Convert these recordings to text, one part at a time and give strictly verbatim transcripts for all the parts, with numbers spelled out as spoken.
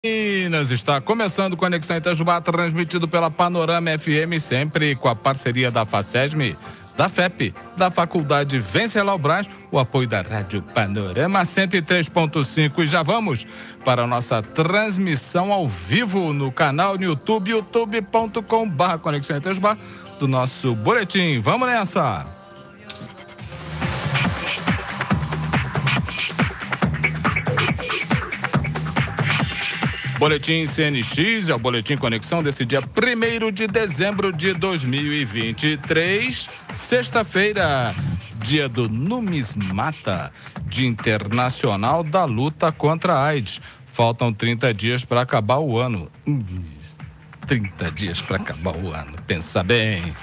Minas, está começando Conexão Itajubá, transmitido pela Panorama F M, sempre com a parceria da FACESM, da F E P, da Faculdade Venceslau Braz, o apoio da Rádio Panorama cento e três ponto cinco. E já vamos para a nossa transmissão ao vivo no canal no YouTube, youtube ponto com barra Conexão Itajubá, do nosso boletim. Vamos nessa! Boletim C N X é o Boletim Conexão desse dia primeiro de dezembro de dois mil e vinte e três, sexta-feira, dia do Numismata, Dia Internacional da Luta contra a AIDS. Faltam trinta dias para acabar o ano. Hum, trinta dias para acabar o ano, pensa bem.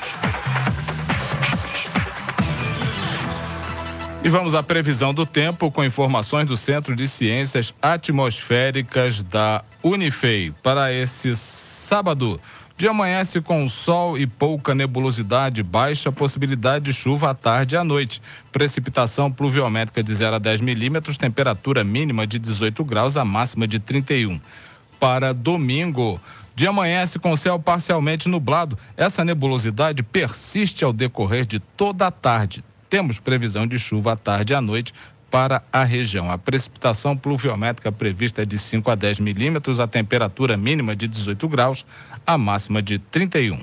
E vamos à previsão do tempo com informações do Centro de Ciências Atmosféricas da Unifei. Para esse sábado, dia amanhece com sol e pouca nebulosidade, baixa possibilidade de chuva à tarde e à noite. Precipitação pluviométrica de zero a dez milímetros, temperatura mínima de dezoito graus, a máxima de trinta e um. Para domingo, dia amanhece com céu parcialmente nublado. Essa nebulosidade persiste ao decorrer de toda a tarde. Temos previsão de chuva à tarde e à noite para a região. A precipitação pluviométrica prevista é de cinco a dez milímetros, a temperatura mínima de dezoito graus, a máxima de trinta e um.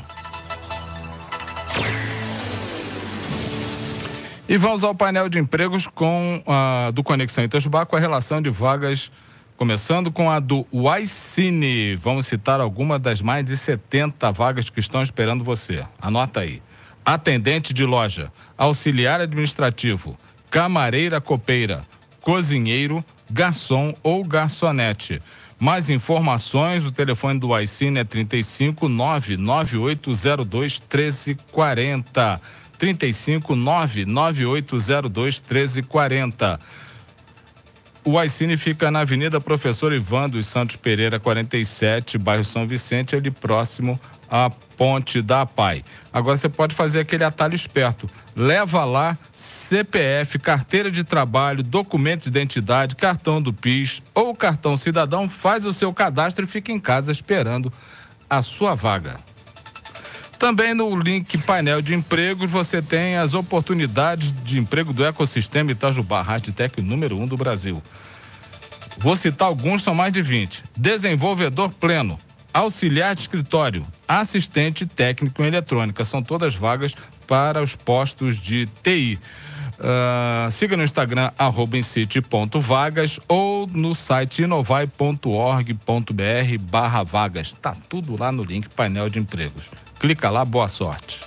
E vamos ao painel de empregos com a, do Conexão Itajubá, com a relação de vagas, começando com a do Y-Cine. Vamos citar algumas das mais de setenta vagas que estão esperando você. Anota aí. Atendente de loja, auxiliar administrativo, camareira copeira, cozinheiro, garçom ou garçonete. Mais informações, o telefone do Y-Cine é trinta e cinco, nove nove oito zero dois, treze quarenta. trinta e cinco, nove nove oito zero dois, treze quarenta. O Y-Cine fica na Avenida Professor Ivan dos Santos Pereira, quarenta e sete, bairro São Vicente, ali próximo à Ponte da Pai. Agora você pode fazer aquele atalho esperto. Leva lá C P F, carteira de trabalho, documento de identidade, cartão do PIS ou cartão cidadão, faz o seu cadastro e fica em casa esperando a sua vaga. Também no link painel de empregos você tem as oportunidades de emprego do ecossistema Itajubá, Hardtech número um do Brasil. Vou citar alguns, são mais de vinte. Desenvolvedor pleno, auxiliar de escritório, assistente técnico em eletrônica. São todas vagas para os postos de T I. Uh, siga no Instagram, arroba incite ponto vagas ou no site inovai ponto org ponto br barra vagas. Tá tudo lá no link painel de empregos. Clica lá, boa sorte.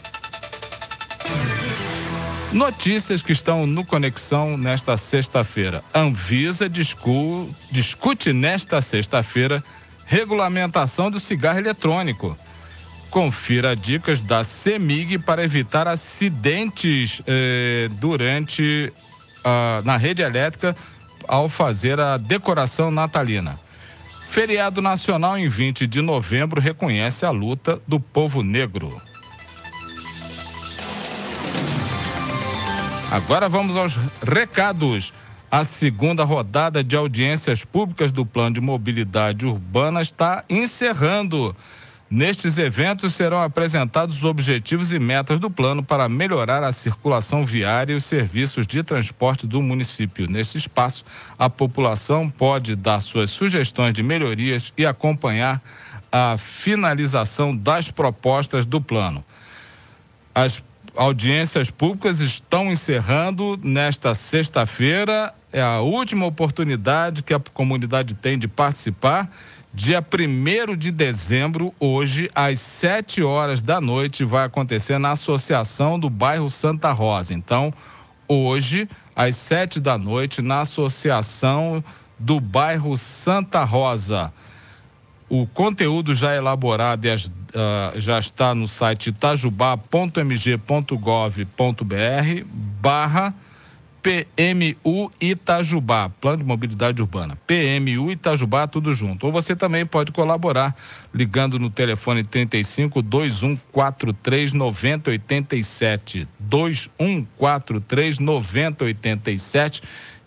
Notícias que estão no Conexão nesta sexta-feira. Anvisa discu, discute nesta sexta-feira regulamentação do cigarro eletrônico. Confira dicas da CEMIG para evitar acidentes eh, durante ah, na rede elétrica ao fazer a decoração natalina. Feriado nacional em vinte de novembro reconhece a luta do povo negro. Agora vamos aos recados. A segunda rodada de audiências públicas do Plano de Mobilidade Urbana está encerrando. Nestes eventos serão apresentados os objetivos e metas do plano para melhorar a circulação viária e os serviços de transporte do município. Neste espaço, a população pode dar suas sugestões de melhorias e acompanhar a finalização das propostas do plano. As audiências públicas estão encerrando nesta sexta-feira. É a última oportunidade que a comunidade tem de participar. Dia primeiro de dezembro, hoje, às sete horas da noite, vai acontecer na Associação do Bairro Santa Rosa. Então, hoje, às sete da noite, na Associação do Bairro Santa Rosa. O conteúdo já elaborado e as, uh, já está no site itajubá ponto m g ponto gov ponto br barra P M U Itajubá, Plano de Mobilidade Urbana. P M U Itajubá, tudo junto. Ou você também pode colaborar ligando no telefone trinta e cinco, dois um quatro três, nove zero oito sete, dois um quatro três, nove zero oito sete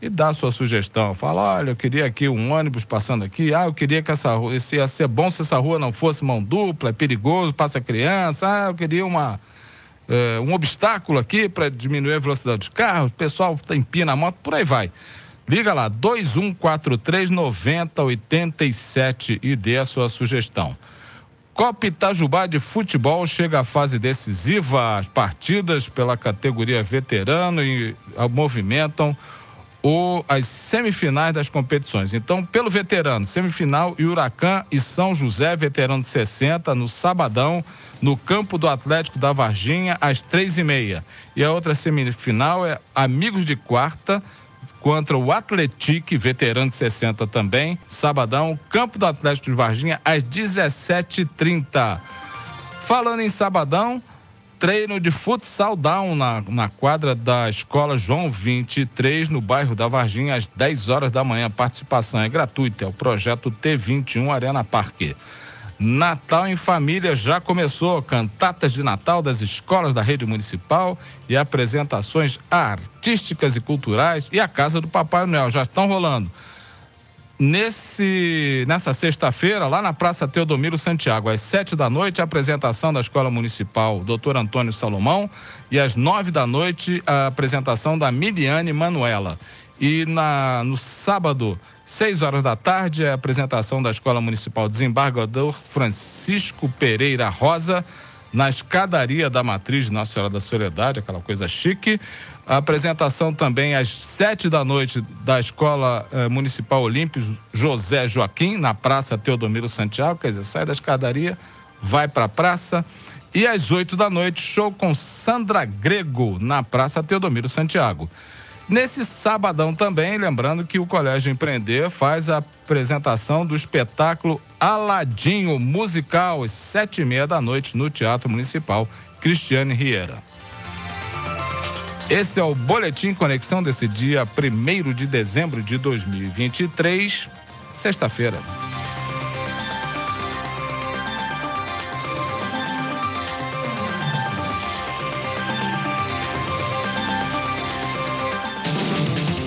e dá a sua sugestão. Fala, olha, eu queria aqui um ônibus passando aqui, ah, eu queria que essa rua, esse, ia ser bom se essa rua não fosse mão dupla, é perigoso, passa criança, ah, eu queria uma, é, um obstáculo aqui para diminuir a velocidade dos carros, o pessoal empina a moto, por aí vai. Liga lá, dois um quatro três, nove zero oito sete e dê a sua sugestão. Copa Itajubá de futebol chega à fase decisiva. As partidas pela categoria veterano e movimentam o, as semifinais das competições. Então, pelo veterano, semifinal, Huracan e São José, veterano de sessenta, no sabadão, no campo do Atlético da Varginha, às três e meia. E a outra semifinal é Amigos de Quarta, contra o Atletique, veterano de sessenta também, sabadão, campo do Atlético de Varginha, às dezessete e trinta. Falando em sabadão, treino de futsal down na, na quadra da Escola João vinte e três, no bairro da Varginha, às dez horas da manhã. A participação é gratuita, é o projeto T vinte e um Arena Parque. Natal em Família já começou, cantatas de Natal das escolas da rede municipal e apresentações artísticas e culturais, e a Casa do Papai Noel já estão rolando. Nesse, nessa sexta-feira, lá na Praça Teodomiro Santiago, às sete da noite, a apresentação da Escola Municipal doutor Antônio Salomão, e às nove da noite, a apresentação da Miliane Manuela. E na, no sábado, seis horas da tarde, a apresentação da Escola Municipal Desembargador Francisco Pereira Rosa, na escadaria da Matriz de Nossa Senhora da Soledade, aquela coisa chique. A apresentação também às sete da noite da Escola eh, Municipal Olímpio José Joaquim, na Praça Teodomiro Santiago, quer dizer, sai da escadaria, vai para a praça. E às oito da noite, show com Sandra Grego, na Praça Teodomiro Santiago. Nesse sabadão também, lembrando que o Colégio Empreender faz a apresentação do espetáculo Aladinho musical, às sete e meia da noite, no Teatro Municipal Cristiane Riera. Esse é o Boletim Conexão desse dia primeiro de dezembro de dois mil e vinte e três, sexta-feira.